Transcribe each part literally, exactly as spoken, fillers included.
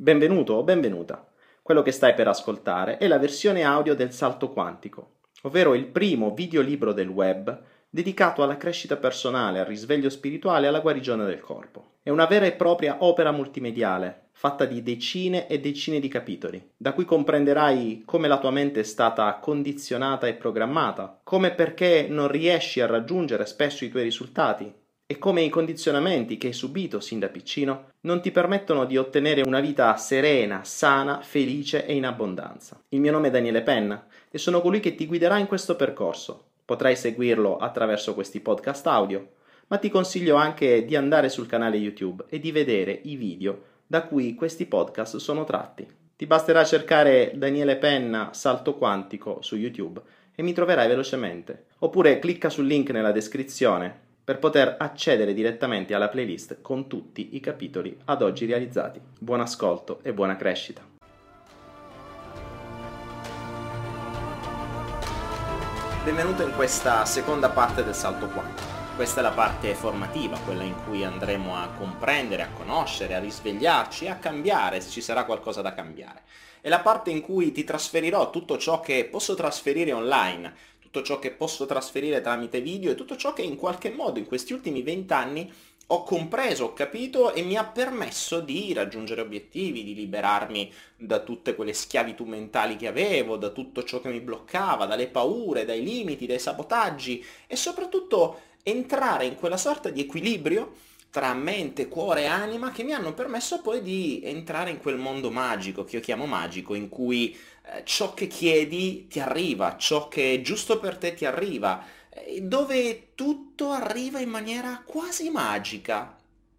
Benvenuto o benvenuta. Quello che stai per ascoltare è la versione audio del Salto Quantico, ovvero il primo videolibro del web dedicato alla crescita personale, al risveglio spirituale e alla guarigione del corpo. È una vera e propria opera multimediale, fatta di decine e decine di capitoli, da cui comprenderai come la tua mente è stata condizionata e programmata, come e perché non riesci a raggiungere spesso i tuoi risultati, e come i condizionamenti che hai subito sin da piccino non ti permettono di ottenere una vita serena, sana, felice e in abbondanza. Il mio nome è Daniele Penna e sono colui che ti guiderà in questo percorso. Potrai seguirlo attraverso questi podcast audio, ma ti consiglio anche di andare sul canale YouTube e di vedere i video da cui questi podcast sono tratti. Ti basterà cercare Daniele Penna Salto Quantico su YouTube e mi troverai velocemente. Oppure clicca sul link nella descrizione per poter accedere direttamente alla playlist con tutti i capitoli ad oggi realizzati. Buon ascolto e buona crescita! Benvenuto in questa seconda parte del Salto Quantico. Questa è la parte formativa, quella in cui andremo a comprendere, a conoscere, a risvegliarci e a cambiare se ci sarà qualcosa da cambiare. È la parte in cui ti trasferirò tutto ciò che posso trasferire online, tutto ciò che posso trasferire tramite video e tutto ciò che in qualche modo in questi ultimi vent'anni ho compreso, ho capito e mi ha permesso di raggiungere obiettivi, di liberarmi da tutte quelle schiavitù mentali che avevo, da tutto ciò che mi bloccava, dalle paure, dai limiti, dai sabotaggi e soprattutto entrare in quella sorta di equilibrio tra mente, cuore e anima che mi hanno permesso poi di entrare in quel mondo magico, che io chiamo magico, in cui eh, ciò che chiedi ti arriva, ciò che è giusto per te ti arriva, eh, dove tutto arriva in maniera quasi magica,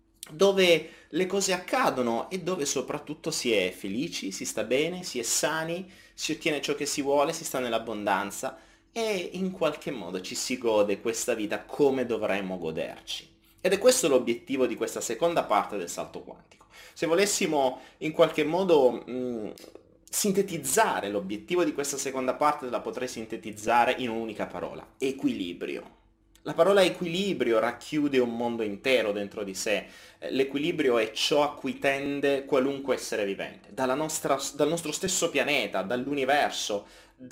dove le cose accadono e dove soprattutto si è felici, si sta bene, si è sani, si ottiene ciò che si vuole, si sta nell'abbondanza e in qualche modo ci si gode questa vita come dovremmo goderci. Ed è questo l'obiettivo di questa seconda parte del Salto Quantico. Se volessimo in qualche modo mh, sintetizzare l'obiettivo di questa seconda parte, la potrei sintetizzare in un'unica parola: equilibrio. La parola equilibrio racchiude un mondo intero dentro di sé. L'equilibrio è ciò a cui tende qualunque essere vivente, dalla nostra, dal nostro stesso pianeta, dall'universo,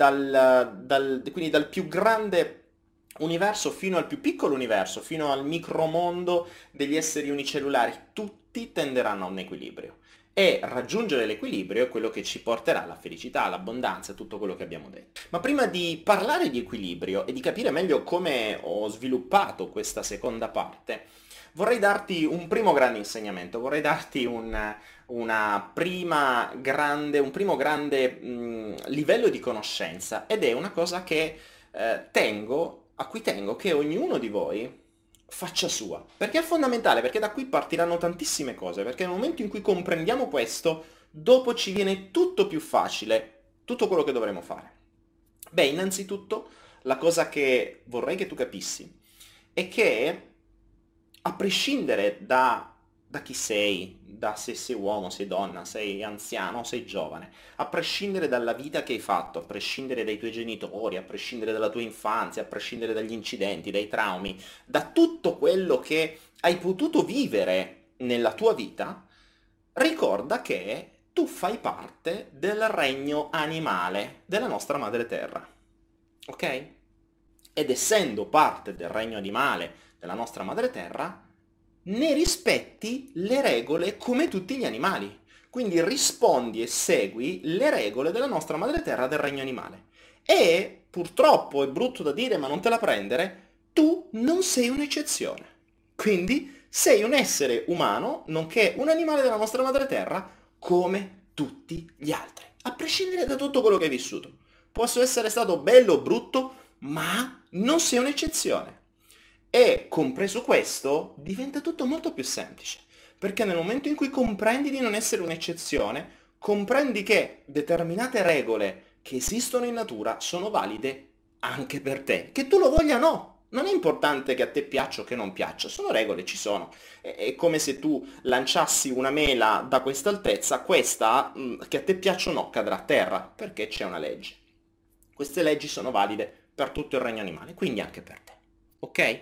dal, dal, quindi dal più grande universo fino al più piccolo universo, fino al micromondo degli esseri unicellulari. Tutti tenderanno a un equilibrio. E raggiungere l'equilibrio è quello che ci porterà alla felicità, all'abbondanza, tutto quello che abbiamo detto. Ma prima di parlare di equilibrio e di capire meglio come ho sviluppato questa seconda parte, vorrei darti un primo grande insegnamento, vorrei darti un, una prima grande, un primo grande mh, livello di conoscenza, ed è una cosa che eh, tengo, a cui tengo che ognuno di voi faccia sua, perché è fondamentale, perché da qui partiranno tantissime cose, perché nel momento in cui comprendiamo questo, dopo ci viene tutto più facile, tutto quello che dovremo fare. Beh, innanzitutto, la cosa che vorrei che tu capissi è che, a prescindere da, da chi sei, da se sei uomo, sei donna, sei anziano, sei giovane, a prescindere dalla vita che hai fatto, a prescindere dai tuoi genitori, a prescindere dalla tua infanzia, a prescindere dagli incidenti, dai traumi, da tutto quello che hai potuto vivere nella tua vita, ricorda che tu fai parte del regno animale della nostra madre terra, ok? Ed essendo parte del regno animale della nostra madre terra, ne rispetti le regole come tutti gli animali. Quindi rispondi e segui le regole della nostra madre terra del regno animale. E, purtroppo, è brutto da dire ma non te la prendere, tu non sei un'eccezione. Quindi sei un essere umano, nonché un animale della nostra madre terra, come tutti gli altri. A prescindere da tutto quello che hai vissuto. Posso essere stato bello o brutto, ma non sei un'eccezione. E, compreso questo, diventa tutto molto più semplice, perché nel momento in cui comprendi di non essere un'eccezione, comprendi che determinate regole che esistono in natura sono valide anche per te, che tu lo voglia o no. Non è importante che a te piaccia o che non piaccia, sono regole, ci sono. È, è come se tu lanciassi una mela da questa altezza, questa, mh, che a te piaccia o no, cadrà a terra, perché c'è una legge. Queste leggi sono valide per tutto il regno animale, quindi anche per te. Ok?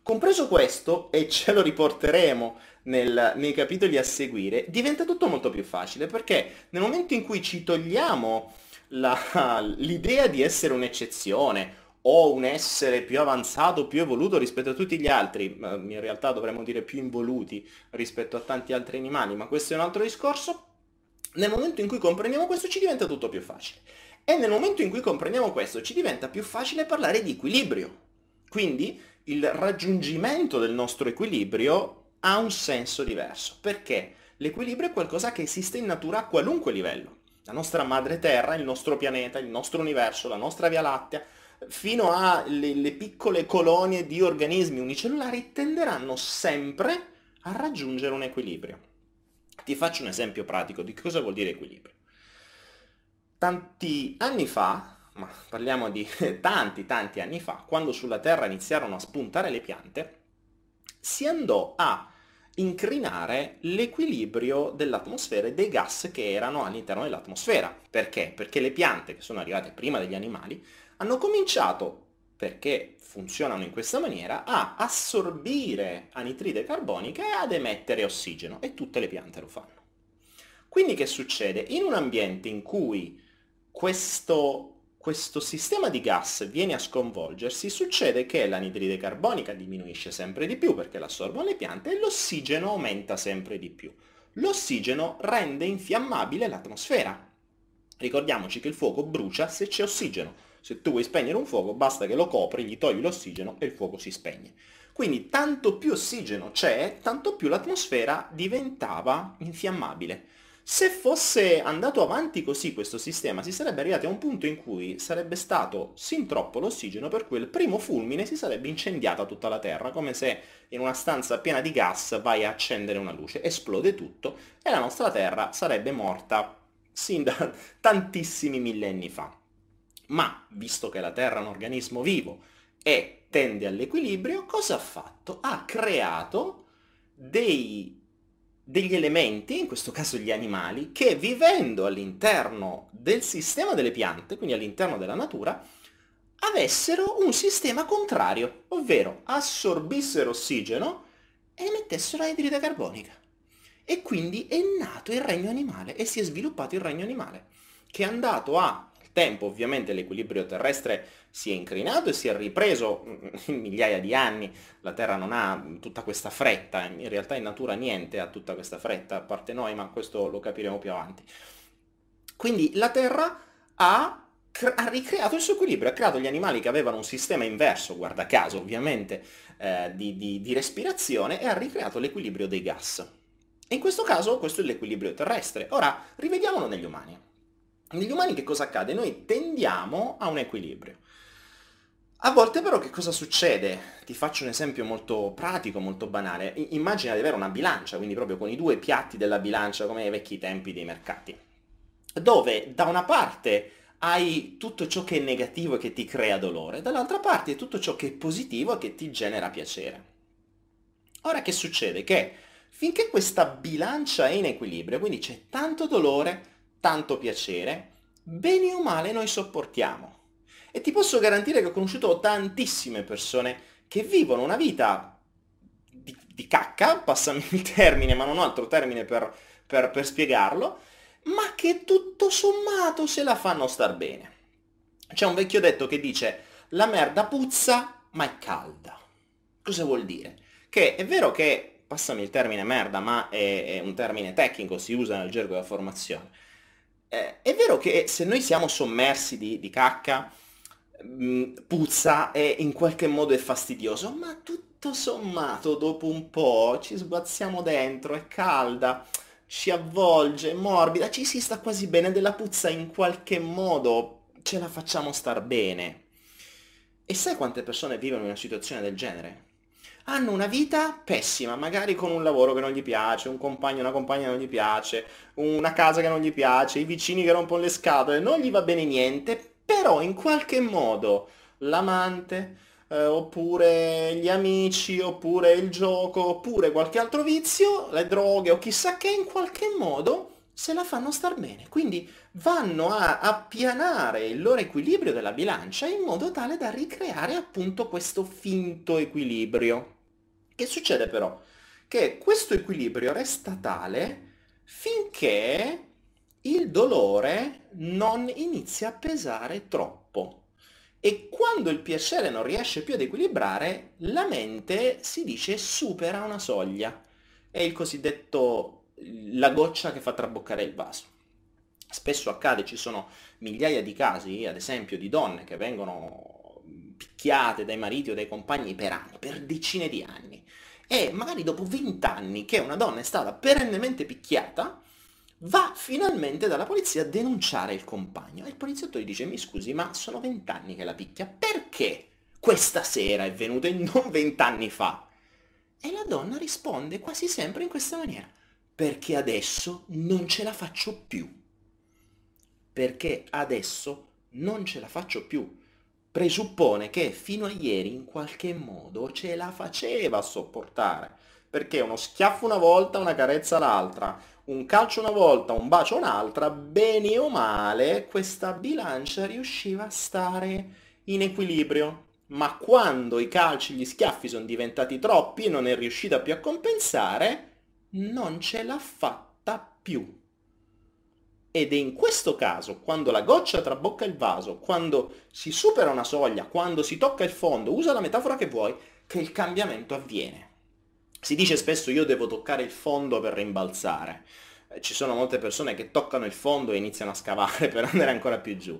Compreso questo, e ce lo riporteremo nel- nei capitoli a seguire, diventa tutto molto più facile, perché nel momento in cui ci togliamo la- l'idea di essere un'eccezione o un essere più avanzato, più evoluto rispetto a tutti gli altri, ma in realtà dovremmo dire più involuti rispetto a tanti altri animali, ma questo è un altro discorso, nel momento in cui comprendiamo questo ci diventa tutto più facile. E nel momento in cui comprendiamo questo ci diventa più facile parlare di equilibrio. Quindi il raggiungimento del nostro equilibrio ha un senso diverso. Perché? L'equilibrio è qualcosa che esiste in natura a qualunque livello. La nostra madre terra, il nostro pianeta, il nostro universo, la nostra Via Lattea, fino alle piccole colonie di organismi unicellulari tenderanno sempre a raggiungere un equilibrio. Ti faccio un esempio pratico di cosa vuol dire equilibrio. Tanti anni fa, ma parliamo di tanti tanti anni fa, quando sulla Terra iniziarono a spuntare le piante, si andò a incrinare l'equilibrio dell'atmosfera e dei gas che erano all'interno dell'atmosfera. Perché? Perché le piante, che sono arrivate prima degli animali, hanno cominciato, perché funzionano in questa maniera, a assorbire anidride carbonica e ad emettere ossigeno, e tutte le piante lo fanno. Quindi che succede? In un ambiente in cui questo, questo sistema di gas viene a sconvolgersi, succede che l'anidride carbonica diminuisce sempre di più perché l'assorbono le piante e l'ossigeno aumenta sempre di più. L'ossigeno rende infiammabile l'atmosfera. Ricordiamoci che il fuoco brucia se c'è ossigeno. Se tu vuoi spegnere un fuoco, basta che lo copri, gli togli l'ossigeno e il fuoco si spegne. Quindi tanto più ossigeno c'è, tanto più l'atmosfera diventava infiammabile. Se fosse andato avanti così questo sistema, si sarebbe arrivati a un punto in cui sarebbe stato sin troppo l'ossigeno, per cui il primo fulmine si sarebbe incendiata tutta la Terra, come se in una stanza piena di gas vai a accendere una luce, esplode tutto e la nostra Terra sarebbe morta sin da tantissimi millenni fa. Ma, visto che la Terra è un organismo vivo e tende all'equilibrio, cosa ha fatto? Ha creato dei degli elementi, in questo caso gli animali, che vivendo all'interno del sistema delle piante, quindi all'interno della natura, avessero un sistema contrario, ovvero assorbissero ossigeno e emettessero anidride carbonica. E quindi è nato il regno animale e si è sviluppato il regno animale, che è andato a... Nel tempo ovviamente l'equilibrio terrestre si è incrinato e si è ripreso in migliaia di anni. La Terra non ha tutta questa fretta, in realtà in natura niente ha tutta questa fretta, a parte noi, ma questo lo capiremo più avanti. Quindi la Terra ha, ha ricreato il suo equilibrio, ha creato gli animali che avevano un sistema inverso, guarda caso ovviamente, eh, di, di, di respirazione, e ha ricreato l'equilibrio dei gas. E in questo caso questo è l'equilibrio terrestre. Ora, rivediamolo negli umani. Negli umani che cosa accade? Noi tendiamo a un equilibrio. A volte però che cosa succede? Ti faccio un esempio molto pratico, molto banale. I- immagina di avere una bilancia, quindi proprio con i due piatti della bilancia come ai vecchi tempi dei mercati, dove da una parte hai tutto ciò che è negativo e che ti crea dolore, dall'altra parte è tutto ciò che è positivo e che ti genera piacere. Ora che succede? Che finché questa bilancia è in equilibrio, quindi c'è tanto dolore, tanto piacere, bene o male noi sopportiamo. E ti posso garantire che ho conosciuto tantissime persone che vivono una vita di, di cacca, passami il termine, ma non ho altro termine per, per, per spiegarlo, ma che tutto sommato se la fanno star bene. C'è un vecchio detto che dice: la merda puzza, ma è calda. Cosa vuol dire? Che è vero che, passami il termine merda, ma è, è un termine tecnico, si usa nel gergo della formazione. Eh, è vero che se noi siamo sommersi di, di cacca, mh, puzza e in qualche modo è fastidioso, ma tutto sommato dopo un po' ci sguazziamo dentro, è calda, ci avvolge, è morbida, ci si sta quasi bene della puzza, in qualche modo ce la facciamo star bene. E sai quante persone vivono in una situazione del genere? Hanno una vita pessima, magari con un lavoro che non gli piace, un compagno, una compagna che non gli piace, una casa che non gli piace, i vicini che rompono le scatole, non gli va bene niente, però in qualche modo l'amante, eh, oppure gli amici, oppure il gioco, oppure qualche altro vizio, le droghe o chissà che, in qualche modo se la fanno star bene, quindi vanno a appianare il loro equilibrio della bilancia in modo tale da ricreare appunto questo finto equilibrio. Che succede però? Che questo equilibrio resta tale finché il dolore non inizia a pesare troppo. E quando il piacere non riesce più ad equilibrare, la mente si dice supera una soglia. È il cosiddetto la goccia che fa traboccare il vaso. Spesso accade, ci sono migliaia di casi, ad esempio, di donne che vengono picchiate dai mariti o dai compagni per anni, per decine di anni. E magari dopo vent'anni che una donna è stata perennemente picchiata, va finalmente dalla polizia a denunciare il compagno. E il poliziotto gli dice: mi scusi, ma sono vent'anni che la picchia, perché questa sera è venuta e non vent'anni fa? E la donna risponde quasi sempre in questa maniera: perché adesso non ce la faccio più. Perché adesso non ce la faccio più. Presuppone che fino a ieri in qualche modo ce la faceva a sopportare. Perché uno schiaffo una volta, una carezza l'altra, un calcio una volta, un bacio un'altra, bene o male, questa bilancia riusciva a stare in equilibrio. Ma quando i calci, gli schiaffi sono diventati troppi e non è riuscita più a compensare, non ce l'ha fatta più. Ed è in questo caso, quando la goccia trabocca il vaso, quando si supera una soglia, quando si tocca il fondo, usa la metafora che vuoi, che il cambiamento avviene. Si dice spesso: io devo toccare il fondo per rimbalzare. Ci sono molte persone che toccano il fondo e iniziano a scavare per andare ancora più giù.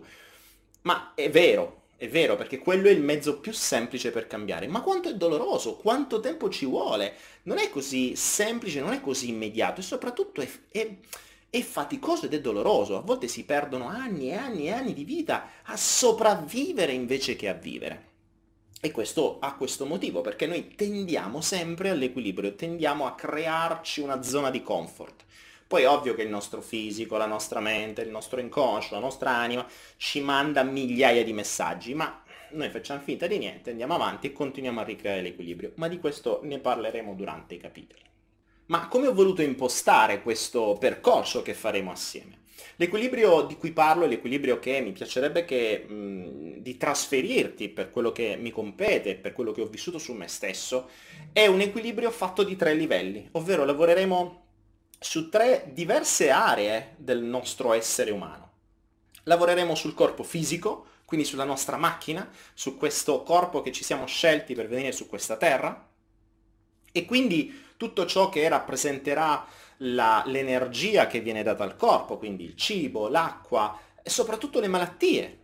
Ma è vero, è vero, perché quello è il mezzo più semplice per cambiare. Ma quanto è doloroso, quanto tempo ci vuole? Non è così semplice, non è così immediato e soprattutto è, è, è faticoso ed è doloroso. A volte si perdono anni e anni e anni di vita a sopravvivere invece che a vivere. E questo ha questo motivo, perché noi tendiamo sempre all'equilibrio, tendiamo a crearci una zona di comfort. Poi è ovvio che il nostro fisico, la nostra mente, il nostro inconscio, la nostra anima ci manda migliaia di messaggi, ma noi facciamo finta di niente, andiamo avanti e continuiamo a ricreare l'equilibrio. Ma di questo ne parleremo durante i capitoli. Ma come ho voluto impostare questo percorso che faremo assieme? L'equilibrio di cui parlo è l'equilibrio che mi piacerebbe che, mh, di trasferirti per quello che mi compete, per quello che ho vissuto su me stesso, è un equilibrio fatto di tre livelli, ovvero lavoreremo su tre diverse aree del nostro essere umano. Lavoreremo sul corpo fisico, quindi sulla nostra macchina, su questo corpo che ci siamo scelti per venire su questa terra, e quindi tutto ciò che rappresenterà la, l'energia che viene data al corpo, quindi il cibo, l'acqua e soprattutto le malattie.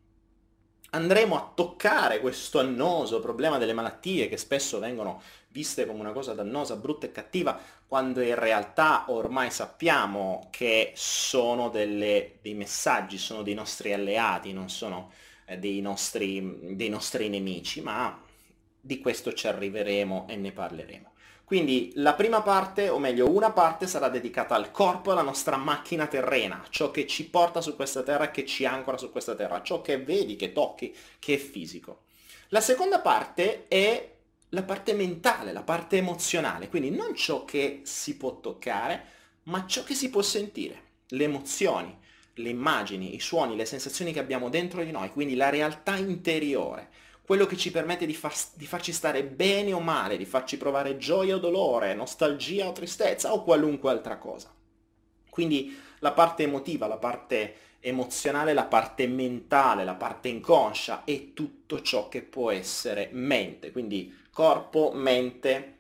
Andremo a toccare questo annoso problema delle malattie che spesso vengono viste come una cosa dannosa, brutta e cattiva, quando in realtà ormai sappiamo che sono delle, dei messaggi, sono dei nostri alleati, non sono eh, dei, nostri, dei nostri nemici, ma di questo ci arriveremo e ne parleremo. Quindi la prima parte, o meglio una parte, sarà dedicata al corpo, alla nostra macchina terrena, ciò che ci porta su questa terra e che ci ancora su questa terra, ciò che vedi, che tocchi, che è fisico. La seconda parte è la parte mentale, la parte emozionale, quindi non ciò che si può toccare, ma ciò che si può sentire, le emozioni, le immagini, i suoni, le sensazioni che abbiamo dentro di noi, quindi la realtà interiore. Quello che ci permette di, far, di farci stare bene o male, di farci provare gioia o dolore, nostalgia o tristezza o qualunque altra cosa. Quindi la parte emotiva, la parte emozionale, la parte mentale, la parte inconscia e tutto ciò che può essere mente, quindi corpo, mente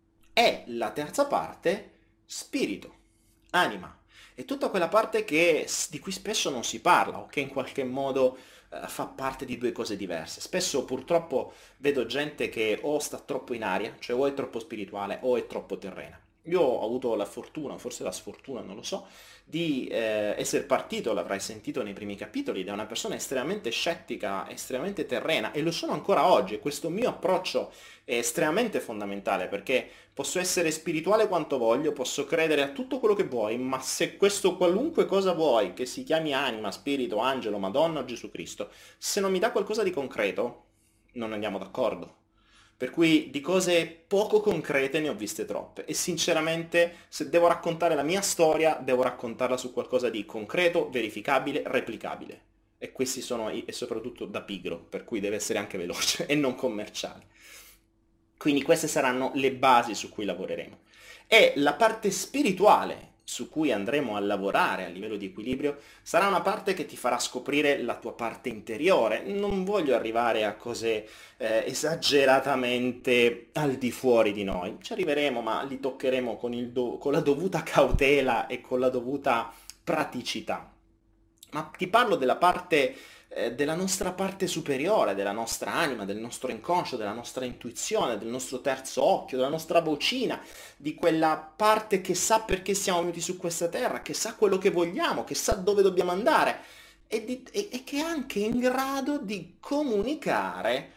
e la terza parte, spirito, anima. E tutta quella parte che, di cui spesso non si parla o che in qualche modo fa parte di due cose diverse. Spesso purtroppo vedo gente che o sta troppo in aria, cioè o è troppo spirituale o è troppo terrena. Io ho avuto la fortuna, forse la sfortuna, non lo so, di eh, essere partito, l'avrai sentito nei primi capitoli, da una persona estremamente scettica, estremamente terrena, e lo sono ancora oggi. Questo mio approccio è estremamente fondamentale, perché posso essere spirituale quanto voglio, posso credere a tutto quello che vuoi, ma se questo qualunque cosa vuoi, che si chiami anima, spirito, angelo, Madonna o Gesù Cristo, se non mi dà qualcosa di concreto, non andiamo d'accordo. Per cui di cose poco concrete ne ho viste troppe e sinceramente se devo raccontare la mia storia devo raccontarla su qualcosa di concreto, verificabile, replicabile. E questi sono, i- e soprattutto da pigro, per cui deve essere anche veloce e non commerciale. Quindi queste saranno le basi su cui lavoreremo. E la parte spirituale su cui andremo a lavorare a livello di equilibrio sarà una parte che ti farà scoprire la tua parte interiore. Non voglio arrivare a cose eh, esageratamente al di fuori di noi. Ci arriveremo, ma li toccheremo con, il do- con la dovuta cautela e con la dovuta praticità. Ma ti parlo della parte, eh, della nostra parte superiore, della nostra anima, del nostro inconscio, della nostra intuizione, del nostro terzo occhio, della nostra vocina, di quella parte che sa perché siamo venuti su questa terra, che sa quello che vogliamo, che sa dove dobbiamo andare e, di- e- e che è anche in grado di comunicare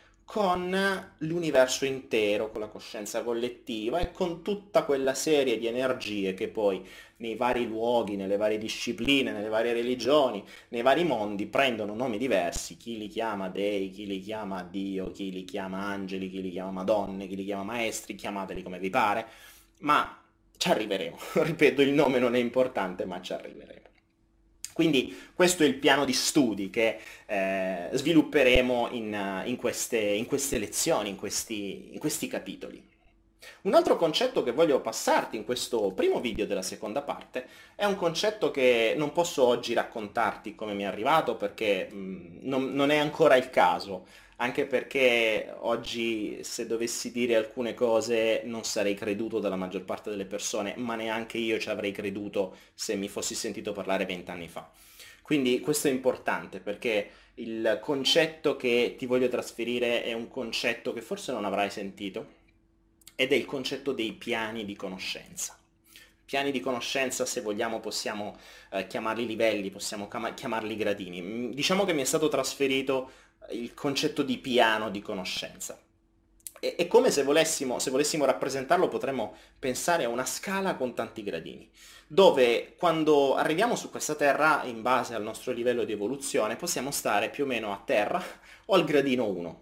con l'universo intero, con la coscienza collettiva e con tutta quella serie di energie che poi nei vari luoghi, nelle varie discipline, nelle varie religioni, nei vari mondi prendono nomi diversi, chi li chiama dei, chi li chiama Dio, chi li chiama angeli, chi li chiama madonne, chi li chiama maestri, chiamateli come vi pare, ma ci arriveremo. Ripeto, il nome non è importante, ma ci arriveremo. Quindi questo è il piano di studi che eh, svilupperemo in, in queste, in queste lezioni, in questi, in questi capitoli. Un altro concetto che voglio passarti in questo primo video della seconda parte è un concetto che non posso oggi raccontarti come mi è arrivato perché mh, non, non è ancora il caso, anche perché oggi se dovessi dire alcune cose non sarei creduto dalla maggior parte delle persone, ma neanche io ci avrei creduto se mi fossi sentito parlare vent'anni fa. Quindi questo è importante perché il concetto che ti voglio trasferire è un concetto che forse non avrai sentito ed è il concetto dei piani di conoscenza. Piani di conoscenza, se vogliamo, possiamo eh, chiamarli livelli, possiamo chiama- chiamarli gradini. Mm, Diciamo che mi è stato trasferito il concetto di piano di conoscenza. E- È come se volessimo, se volessimo rappresentarlo, potremmo pensare a una scala con tanti gradini, dove quando arriviamo su questa terra, in base al nostro livello di evoluzione, possiamo stare più o meno a terra o al gradino uno.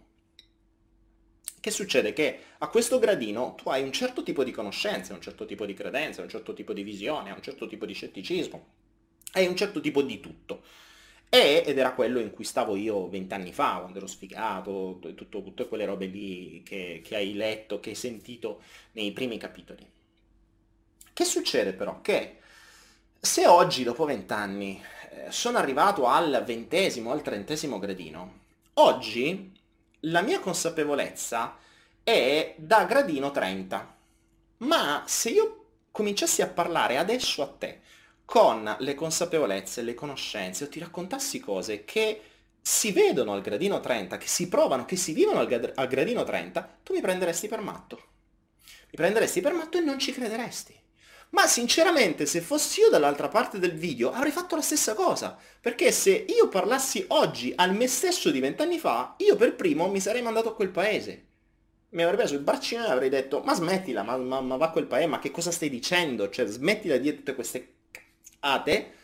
Che succede? Che a questo gradino tu hai un certo tipo di conoscenze, un certo tipo di credenze, un certo tipo di visione, un certo tipo di scetticismo, hai un certo tipo di tutto. E, ed era quello in cui stavo io vent'anni fa, quando ero sfigato, e tutto- tutte quelle robe lì che, che hai letto, che hai sentito nei primi capitoli. Che succede però? Che se oggi, dopo vent'anni, eh, sono arrivato al ventesimo, al trentesimo gradino, oggi la mia consapevolezza è da gradino trenta. Ma se io cominciassi a parlare adesso a te con le consapevolezze, le conoscenze, o ti raccontassi cose che si vedono al gradino trenta, che si provano, che si vivono al, grad- al gradino trenta, tu mi prenderesti per matto. Mi prenderesti per matto e non ci crederesti. Ma sinceramente, se fossi io dall'altra parte del video, avrei fatto la stessa cosa. Perché se io parlassi oggi al me stesso di vent'anni fa, io per primo mi sarei mandato a quel paese. Mi avrebbe preso il braccino e avrei detto, ma smettila, ma, ma, ma va a quel paese, ma che cosa stai dicendo? Cioè, smettila di dire tutte queste cazzate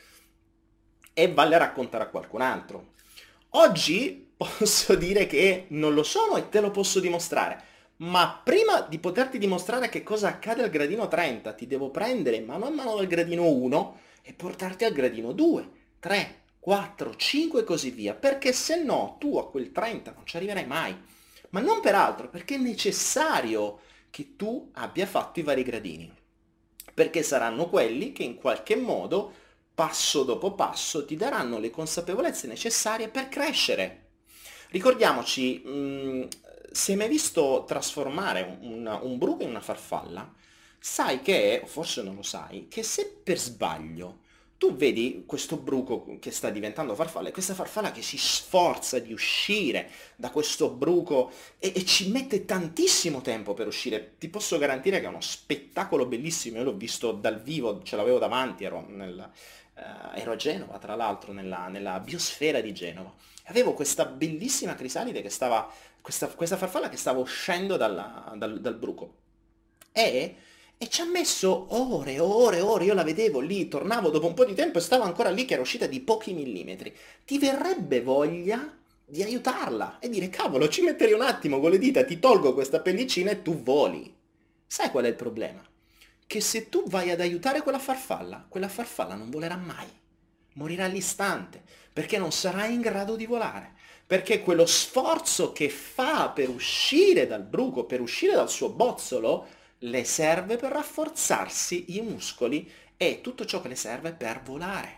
e valle a raccontare a qualcun altro. Oggi posso dire che non lo sono e te lo posso dimostrare. Ma prima di poterti dimostrare che cosa accade al gradino trenta, ti devo prendere mano a mano dal gradino uno e portarti al gradino due, tre, quattro, cinque e così via, perché se no tu a quel trenta non ci arriverai mai. Ma non per altro, perché è necessario che tu abbia fatto i vari gradini, perché saranno quelli che in qualche modo, passo dopo passo, ti daranno le consapevolezze necessarie per crescere. Ricordiamoci, mh, se hai mai visto trasformare un, un bruco in una farfalla, sai che, o forse non lo sai, che se per sbaglio tu vedi questo bruco che sta diventando farfalla e questa farfalla che si sforza di uscire da questo bruco e, e ci mette tantissimo tempo per uscire, ti posso garantire che è uno spettacolo bellissimo, io l'ho visto dal vivo, ce l'avevo davanti, ero, nel, eh, ero a Genova tra l'altro, nella, nella biosfera di Genova. Avevo questa bellissima crisalide che stava, questa, questa farfalla che stava uscendo dalla- dal, dal bruco. E, e ci ha messo ore, ore, ore, io la vedevo lì, tornavo dopo un po' di tempo e stava ancora lì che era uscita di pochi millimetri. Ti verrebbe voglia di aiutarla e dire cavolo, ci metterei un attimo con le dita, ti tolgo questa pellicina e tu voli. Sai qual è il problema? Che se tu vai ad aiutare quella farfalla, quella farfalla non volerà mai, morirà all'istante, perché non sarà in grado di volare, perché quello sforzo che fa per uscire dal bruco, per uscire dal suo bozzolo, le serve per rafforzarsi i muscoli e tutto ciò che le serve per volare.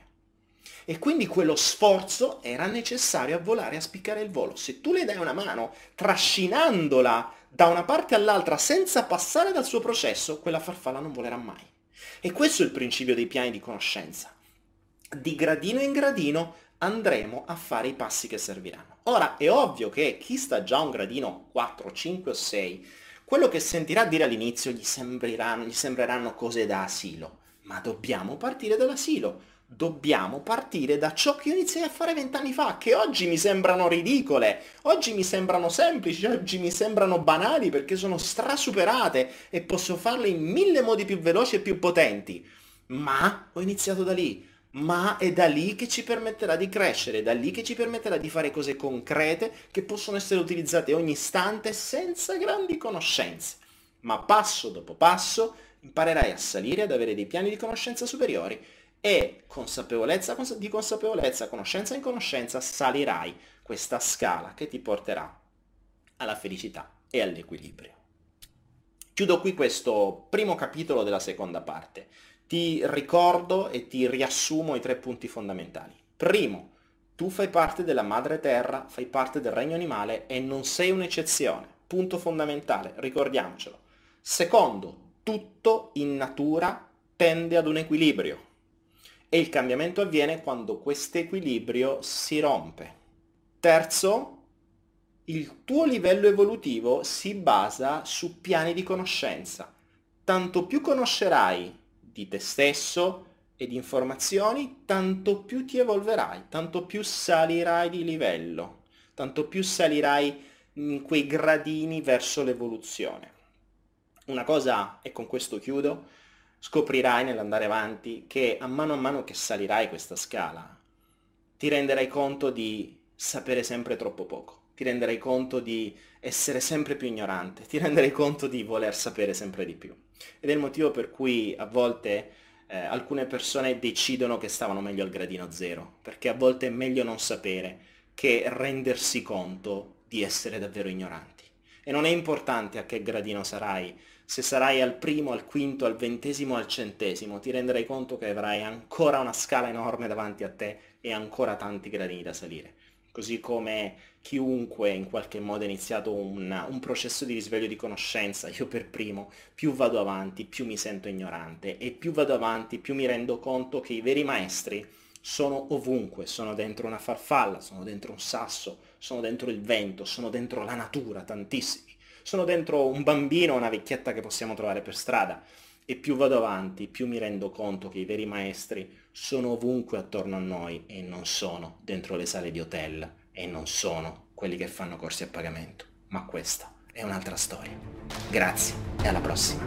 E quindi quello sforzo era necessario a volare, a spiccare il volo. Se tu le dai una mano, trascinandola da una parte all'altra senza passare dal suo processo, quella farfalla non volerà mai. E questo è il principio dei piani di conoscenza. Di gradino in gradino andremo a fare i passi che serviranno. Ora, è ovvio che chi sta già a un gradino quattro, cinque o sei, quello che sentirà dire all'inizio gli sembreranno, gli sembreranno cose da asilo. Ma dobbiamo partire dall'asilo. Dobbiamo partire da ciò che io iniziai a fare vent'anni fa, che oggi mi sembrano ridicole, oggi mi sembrano semplici, oggi mi sembrano banali perché sono strasuperate e posso farle in mille modi più veloci e più potenti. Ma ho iniziato da lì, ma è da lì che ci permetterà di crescere, è da lì che ci permetterà di fare cose concrete che possono essere utilizzate ogni istante senza grandi conoscenze. Ma passo dopo passo imparerai a salire, ad avere dei piani di conoscenza superiori e consapevolezza di consapevolezza, conoscenza in conoscenza, salirai questa scala che ti porterà alla felicità e all'equilibrio. Chiudo qui questo primo capitolo della seconda parte. Ti ricordo e ti riassumo i tre punti fondamentali. Primo, tu fai parte della madre terra, fai parte del regno animale e non sei un'eccezione. Punto fondamentale, ricordiamocelo. Secondo, tutto in natura tende ad un equilibrio. E il cambiamento avviene quando questo equilibrio si rompe. Terzo, il tuo livello evolutivo si basa su piani di conoscenza. Tanto più conoscerai di te stesso e di informazioni, tanto più ti evolverai, tanto più salirai di livello, tanto più salirai in quei gradini verso l'evoluzione. Una cosa, e con questo chiudo, scoprirai nell'andare avanti che a mano a mano che salirai questa scala ti renderai conto di sapere sempre troppo poco, ti renderai conto di essere sempre più ignorante, ti renderai conto di voler sapere sempre di più. Ed è il motivo per cui a volte eh, alcune persone decidono che stavano meglio al gradino zero, perché a volte è meglio non sapere che rendersi conto di essere davvero ignoranti. E non è importante a che gradino sarai, se sarai al primo, al quinto, al ventesimo, al centesimo, ti renderai conto che avrai ancora una scala enorme davanti a te e ancora tanti gradini da salire. Così come chiunque in qualche modo ha iniziato un, un processo di risveglio di conoscenza, io per primo, più vado avanti, più mi sento ignorante e più vado avanti, più mi rendo conto che i veri maestri sono ovunque, sono dentro una farfalla, sono dentro un sasso, sono dentro il vento, sono dentro la natura, tantissimi. Sono dentro un bambino o una vecchietta che possiamo trovare per strada. E più vado avanti, più mi rendo conto che i veri maestri sono ovunque attorno a noi e non sono dentro le sale di hotel e non sono quelli che fanno corsi a pagamento. Ma questa è un'altra storia. Grazie e alla prossima.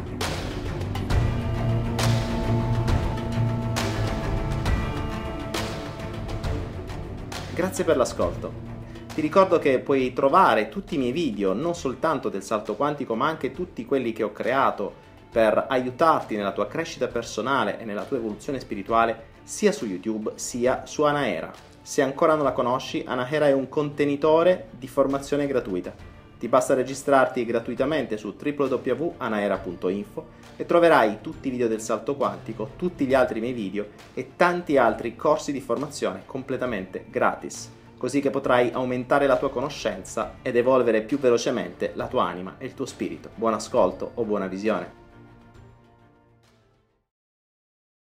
Grazie per l'ascolto. Ti ricordo che puoi trovare tutti i miei video, non soltanto del salto quantico, ma anche tutti quelli che ho creato per aiutarti nella tua crescita personale e nella tua evoluzione spirituale, sia su YouTube sia su Anaera. Se ancora non la conosci, Anaera è un contenitore di formazione gratuita. Ti basta registrarti gratuitamente su w w w punto anaera punto info e troverai tutti i video del salto quantico, tutti gli altri miei video e tanti altri corsi di formazione completamente gratis, così che potrai aumentare la tua conoscenza ed evolvere più velocemente la tua anima e il tuo spirito. Buon ascolto o buona visione!